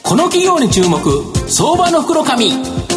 この企業に注目、相場の袋紙。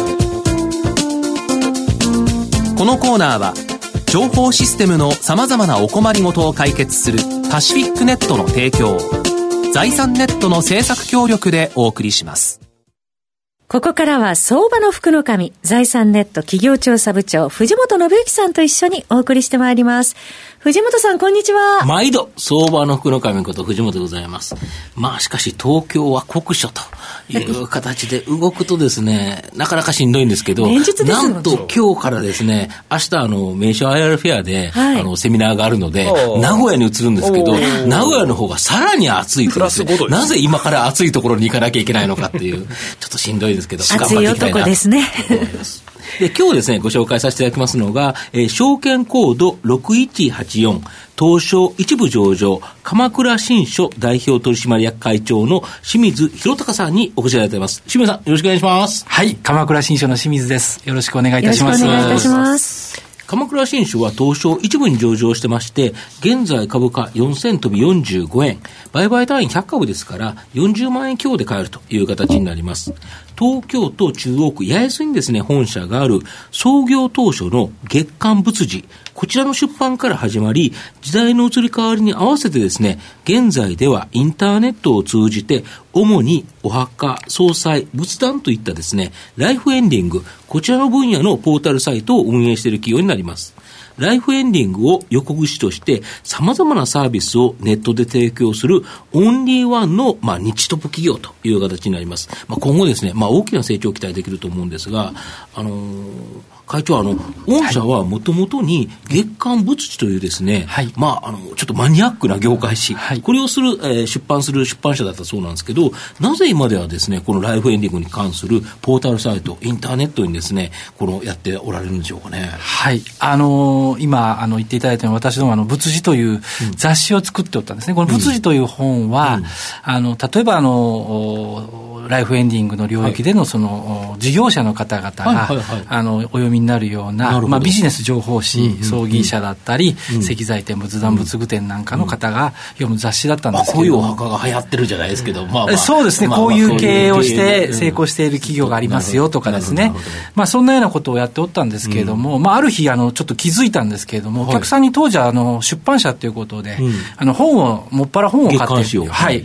このコーナーは情報システムのさまざまなお困りごとを解決するパシフィックネットの提供、財産ネットの制作協力でお送りします。 ここからは相場の福の神、財産ネット企業調査部長藤本信之さんと一緒にお送りしてまいります。藤本さん、こんにちは。 毎度相場の福の神こと藤本でございます。しかし東京は酷暑という形で動くとですね、なかなかしんどいんですけど、なんと今日からですね、明日名所 IR フェアで、セミナーがあるので名古屋に移るんですけど、名古屋の方がさらに暑いとですね、なぜ今から暑いところに行かなきゃいけないのかっていうちょっとしんどいですけど、 暑い男ですね。 で、今日ですね、ご紹介させていただきますのが、証券コード6184、東証一部上場、鎌倉新書代表取締役会長の清水弘隆さんにお越しいただいています。清水さん、よろしくお願いします。 はい、鎌倉新書の清水です。よろしくお願いいたします。 よろしくお願いいたします。 鎌倉新書は東証一部に上場してまして、現在株価4000飛び45円、売買単位100株ですから40万円強で買えるという形になります。東京都中央区八重洲にですね、本社がある創業当初の月刊仏事、こちらの出版から始まり、時代の移り変わりに合わせてですね、現在ではインターネットを通じて主にお墓、葬祭、仏壇といったですね、ライフエンディング、こちらの分野のポータルサイトを運営している企業になります。ライフエンディングを横串として様々なサービスをネットで提供するオンリーワンの、日トップ企業という形になります。今後ですね、大きな成長を期待できると思うんですが、会長、御社はもともとに月刊仏地というですね、ちょっとマニアックな業界誌、これをする、出版する出版社だったそうなんですけど、なぜ今ではですね、このライフエンディングに関するポータルサイト、インターネットにですね、やっておられるんでしょうかね。 はい、今言っていただいたように、私ども仏事という雑誌を作っておったんですね。この仏事という本は、例えばライフエンディングの領域でのその事業者の方々がお読みになるような、ビジネス情報誌、葬儀社だったり、石材店、仏壇仏具店なんかの方が読む雑誌だったんですけど、 こういうお墓が流行ってるじゃないですけど、 そうですね、こういう経営をして成功している企業がありますよとかですね、そんなようなことをやっておったんですけれども、ある日ちょっと気づいたんですけれども、お客さんに当時は出版社ということで、もっぱら本を買って、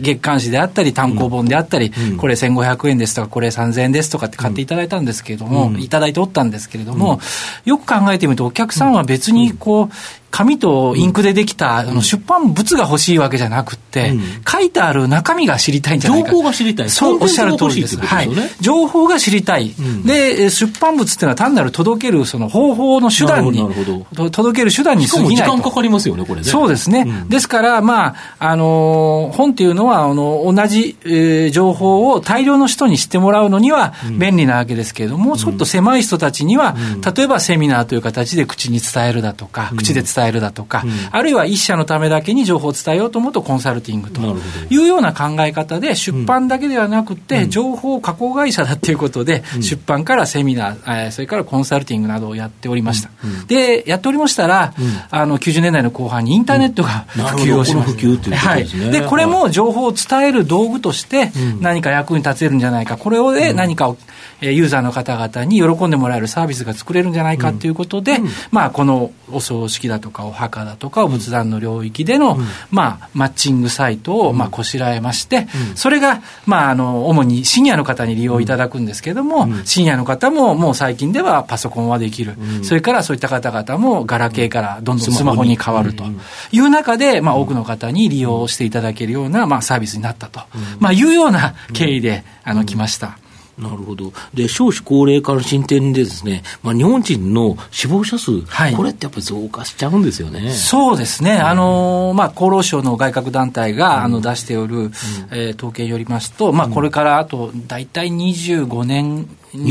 月刊誌であったり単行本であったり、これ1500円ですとか、これ3000円ですとかって買っていただいたんですけれども、いただいておったんですけれども、よく考えてみるとお客さんは別に紙とインクでできた出版物が欲しいわけじゃなくて、書いてある中身が知りたいんじゃないか。 情報が知りたい。 そうおっしゃる通りです。情報が知りたい。で、出版物っていうのは単なる届けるその方法の手段に、届ける手段に過ぎないと。 しかも時間かかりますよね、これね。 そうですね。ですから、本っていうのは同じ、情報を大量の人に知ってもらうのには便利なわけですけれども、ちょっと狭い人たちには、例えばセミナーという形で口に伝えるだとか、口で伝えるだとか、あるいは一社のためだけに情報を伝えようと思うとコンサルティングというような考え方で、出版だけではなくて情報加工会社だということで、出版からセミナー、それからコンサルティングなどをやっておりました。で、やっておりましたら、90年代の後半にインターネットが普及をしました。で、これも情報を伝える道具として何か役に立てるんじゃないか、これを何かをユーザーの方々に喜んでもらえるサービスが作れるんじゃないかということで、このお葬式だとかお墓だとかお仏壇の領域での、マッチングサイトをこしらえまして、それが、主にシニアの方に利用いただくんですけれども、シニアの方ももう最近ではパソコンはできる、それからそういった方々もガラケーからどんどんスマホに変わるという中で、多くの方に利用していただけるような、サービスになったと、いうような経緯で来ました。 なるほど。で、少子高齢化の進展でですね、日本人の死亡者数、これってやっぱり増加しちゃうんですよね。 そうですね。厚労省の外郭団体が出しておる、統計によりますと、これからあとだいたい25年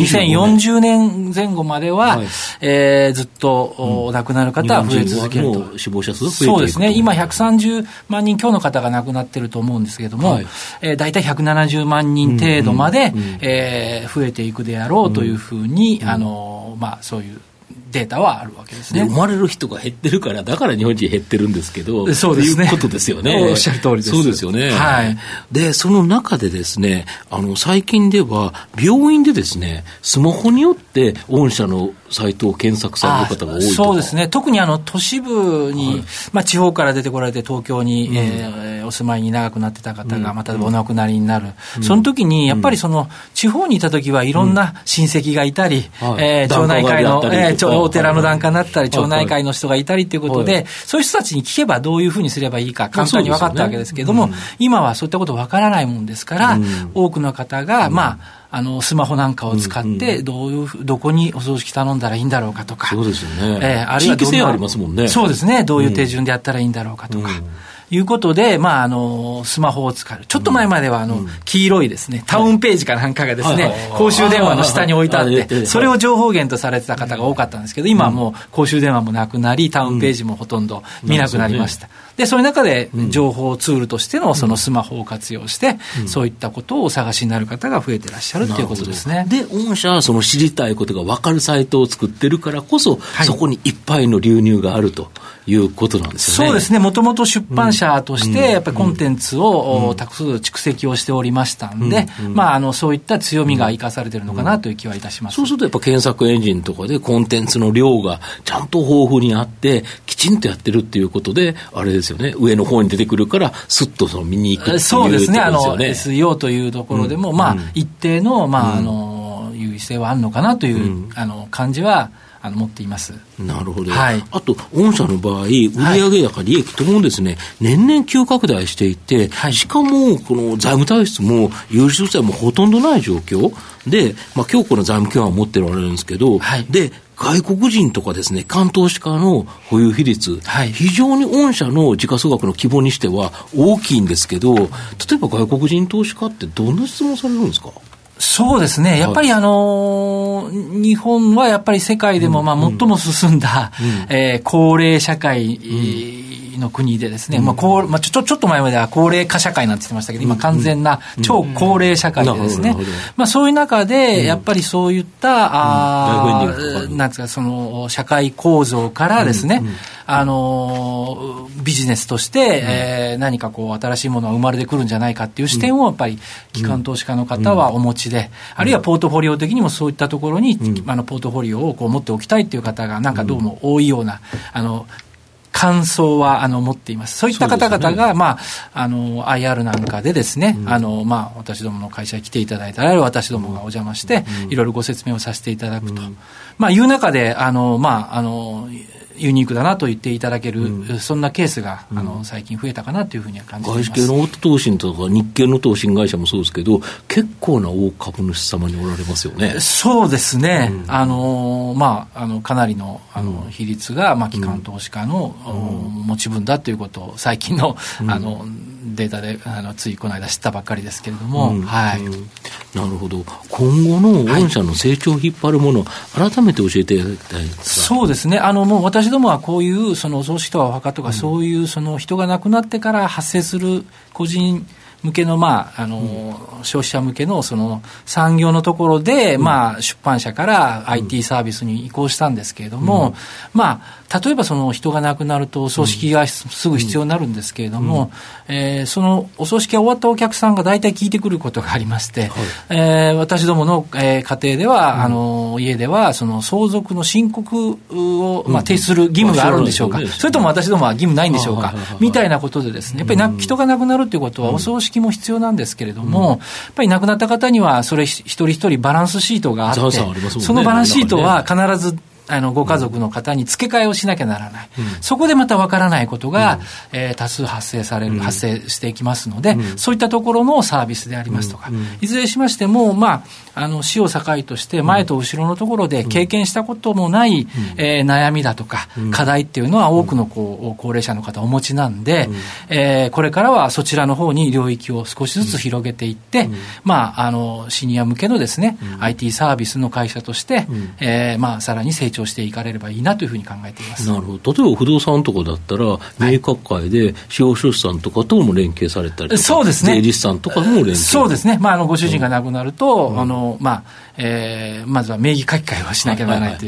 2040年前後までは、ずっと亡くなる方は増え続けると。 死亡者数増えていくと。 そうですね。今130万人強の方が亡くなっていると思うんですけれども、だいたい170万人程度まで、増えていくであろうというふうに、そういうデータはあるわけですね。 生まれる人が減ってるから、だから日本人減ってるんですけど、 そうですね。 いうことですよね。 おっしゃる通りです。 そうですよね。 はい。 で、その中でですね、最近では、病院でですね、スマホによって御社のサイトを検索される方が多いとか。 そうですね。特に都市部に、地方から出てこられて東京に、お住まいに長くなってた方が、またお亡くなりになる。その時に、やっぱり地方にいた時はいろんな親戚がいたり、町内会の、お寺の檀家になったり、町内会の人がいたりということで、そういう人たちに聞けばどういうふうにすればいいか簡単に分かったわけですけれども、今はそういったこと分からないもんですから、多くの方が、スマホなんかを使って、どこにお葬式頼んだらいいんだろうかとか。 そうですよね。 あるいは地域性ありますもんね。 そうですね。どういう手順でやったらいいんだろうかとか。いうことで、スマホを使う。ちょっと前までは、黄色いですね、タウンページかなんかがですね、公衆電話の下に置いてあって、それを情報源とされてた方が多かったんですけど、今はもう公衆電話もなくなり、タウンページもほとんど見なくなりました。で、そういう中で、情報ツールとしてのそのスマホを活用して、そういったことをお探しになる方が増えてらっしゃるということですね。 で、御社はその知りたいことが分かるサイトを作ってるからこそ、そこにいっぱいの流入があるということなんですよね。 そうですね。もともと出版社として、やっぱりコンテンツを多数蓄積をしておりましたんで、そういった強みが生かされているのかなという気はいたします。 そうするとやっぱ検索エンジンとかでコンテンツの量がちゃんと豊富にあって、きちんとやってるっていうことで、あれですよね、上の方に出てくるから、すっと見に行くっていうそうですね。 SEO というところでも、一定の、優位性はあるのかなという、感じは、持っています。 なるほど。はい、あと、御社の場合、売上高、利益ともですね、年々急拡大していて、しかも、この財務体質も、有利負債もほとんどない状況で、強固な財務基盤を持っておられるんですけど、で、外国人とかですね、関投資家の保有比率、非常に御社の時価総額の規模にしては大きいんですけど、例えば外国人投資家ってどんな質問されるんですか？ そうですね。やっぱり日本はやっぱり世界でも最も進んだ、高齢社会の国でですね、ちょっと前までは高齢化社会なんて言ってましたけど、今完全な超高齢社会でですね、そういう中で、やっぱりそういった、なんですか、その社会構造からですね、ビジネスとして、何か新しいものが生まれてくるんじゃないかっていう視点をやっぱり機関投資家の方はお持ちで、あるいはポートフォリオ的にもそういったところに、ポートフォリオを持っておきたいっていう方がなんかどうも多いような感想は持っています。そういった方々が、IR なんかでですね、私どもの会社に来ていただいたら、私どもがお邪魔して、いろいろご説明をさせていただくと。いう中で、ユニークだなと言っていただける、そんなケースが、最近増えたかなというふうには感じています。 外資系の大手投信とか日系の投信会社もそうですけど、結構な大株主様におられますよね。 そうですね。かなりの、比率が、機関投資家の、持ち分だということを、最近の、データでついこの間知ったばっかりですけれども、なるほど。今後の御社の成長を引っ張るもの、改めて教えていただきたいですか。 そうですね。もう私どもはこういうそのお葬式とかお墓とか、そういうその人が亡くなってから発生する個人向けの、消費者向けのその産業のところで、出版社から IT サービスに移行したんですけれども、例えばその人が亡くなるとお葬式がすぐ必要になるんですけれども、そのお葬式が終わったお客さんが大体聞いてくることがありまして、私どもの、家庭では、家ではその相続の申告を、提出する義務があるんでしょうか、それとも私どもは義務ないんでしょうか、みたいなことでですね、やっぱり人が亡くなるということはお葬式も必要なんですけれども、やっぱり亡くなった方にはそれ一人一人バランスシートがあって、そのバランスシートは必ずご家族の方に付け替えをしなきゃならない。そこでまたわからないことが、多数発生していきますので、そういったところのサービスでありますとか、いずれしましても、死を境として前と後ろのところで経験したこともない、悩みだとか、課題っていうのは多くの高齢者の方お持ちなんで、これからはそちらの方に領域を少しずつ広げていって、シニア向けのですね、IT サービスの会社として、さらに成長していかれればいいなというふうに考えています。 なるほど。例えば不動産とかだったら、明確会で司法書士さんとかとも連携されたりとか、 そうですね、 税理士さんとかも連携。 そうですね。ご主人が亡くなると、まずは名義書き換えをしなきゃならないという。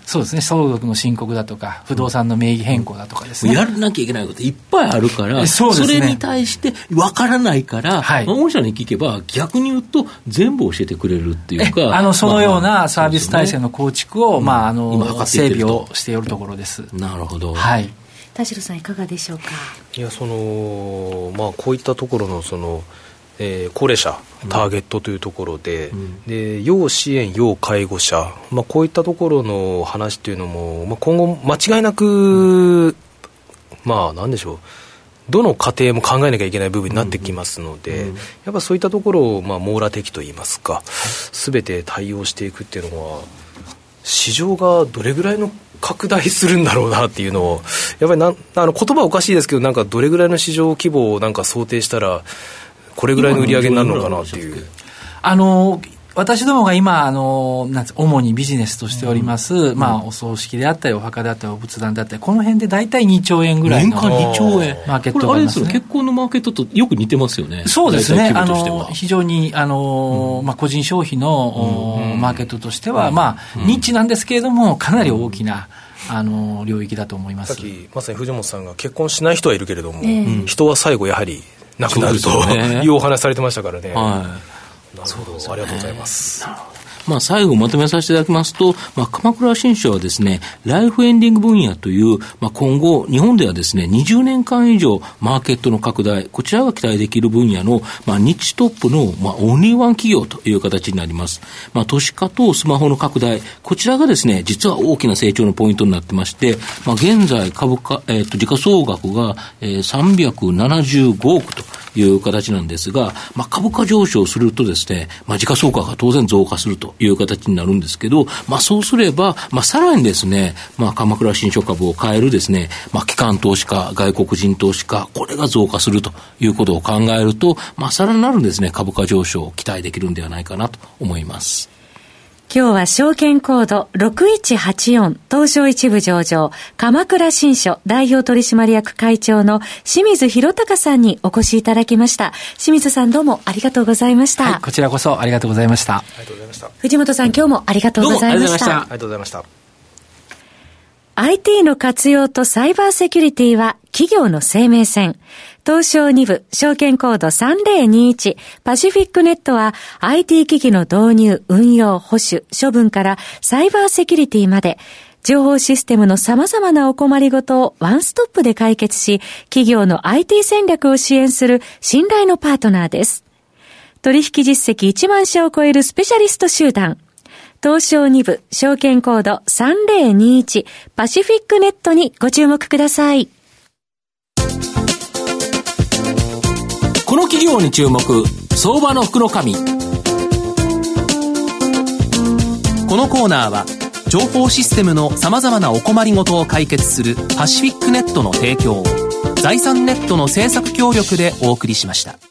そうですね、相続の申告だとか不動産の名義変更だとかですね、 やらなきゃいけないこといっぱいあるから、 そうですね、 それに対して分からないから、はい、御社に聞けば逆に言うと全部教えてくれるっていうか、 そのようなサービス体制の構築を、整備をしているところです。 なるほど、 はい、田代さんいかがでしょうか。 いや、こういったところの高齢者ターゲットというところで、で要支援要介護者、こういったところの話というのも、今後間違いなく何でしょう、どの家庭も考えなきゃいけない部分になってきますので、やっぱそういったところを網羅的といいますか、全て対応していくっていうのは市場がどれぐらいの拡大するんだろうなっていうのを、やっぱり言葉はおかしいですけど、どれぐらいの市場規模を想定したらこれぐらいの売り上げになるのかなっていう。 私どもが今主にビジネスとしております、お葬式であったりお墓であったりお仏壇であったり、この辺で大体2兆円ぐらいの年間2兆円マーケットがありますね。 これあれですよ、結婚のマーケットとよく似てますよね。 そうですね、非常に個人消費のマーケットとしては、ニッチなんですけれどもかなり大きな領域だと思います。 さっきまさに藤本さんが結婚しない人はいるけれども、人は最後やはり亡くなるというお話されてましたからね。なるほど、ありがとうございます。 最後まとめさせていただきますと、鎌倉新書はですね、ライフエンディング分野という、今後日本ではですね、20年間以上マーケットの拡大、こちらが期待できる分野の、ニッチトップの、オンリーワン企業という形になります。都市化とスマホの拡大、こちらがですね、実は大きな成長のポイントになってまして、現在株価、時価総額が、375億という形なんですが、株価上昇するとですね、時価総額が当然増加するという形になるんですけど、そうすれば、さらにですね、鎌倉新書株を買えるですね、機関投資家、外国人投資家、これが増加するということを考えると、さらなるですね、株価上昇を期待できるんではないかなと思います。 今日は証券コード6184東証一部上場鎌倉新書代表取締役会長の清水宏隆さんにお越しいただきました。清水さん、どうもありがとうございました。 はい、こちらこそありがとうございました。 ありがとうございました。 藤本さん、今日もありがとうございました。 ありがとうございました。 IT の活用とサイバーセキュリティは企業の生命線。東証2部証券コード3021パシフィックネットは IT 機器の導入、運用、保守、処分からサイバーセキュリティまで情報システムの様々なお困りごとをワンストップで解決し、企業の IT 戦略を支援する信頼のパートナーです。取引実績1万社を超えるスペシャリスト集団。東証2部証券コード3021パシフィックネットにご注目ください。 この企業に注目、相場の福の神。 このコーナーは情報システムのさまざまなお困りごとを解決するパシフィックネットの提供、財産ネットの制作協力でお送りしました。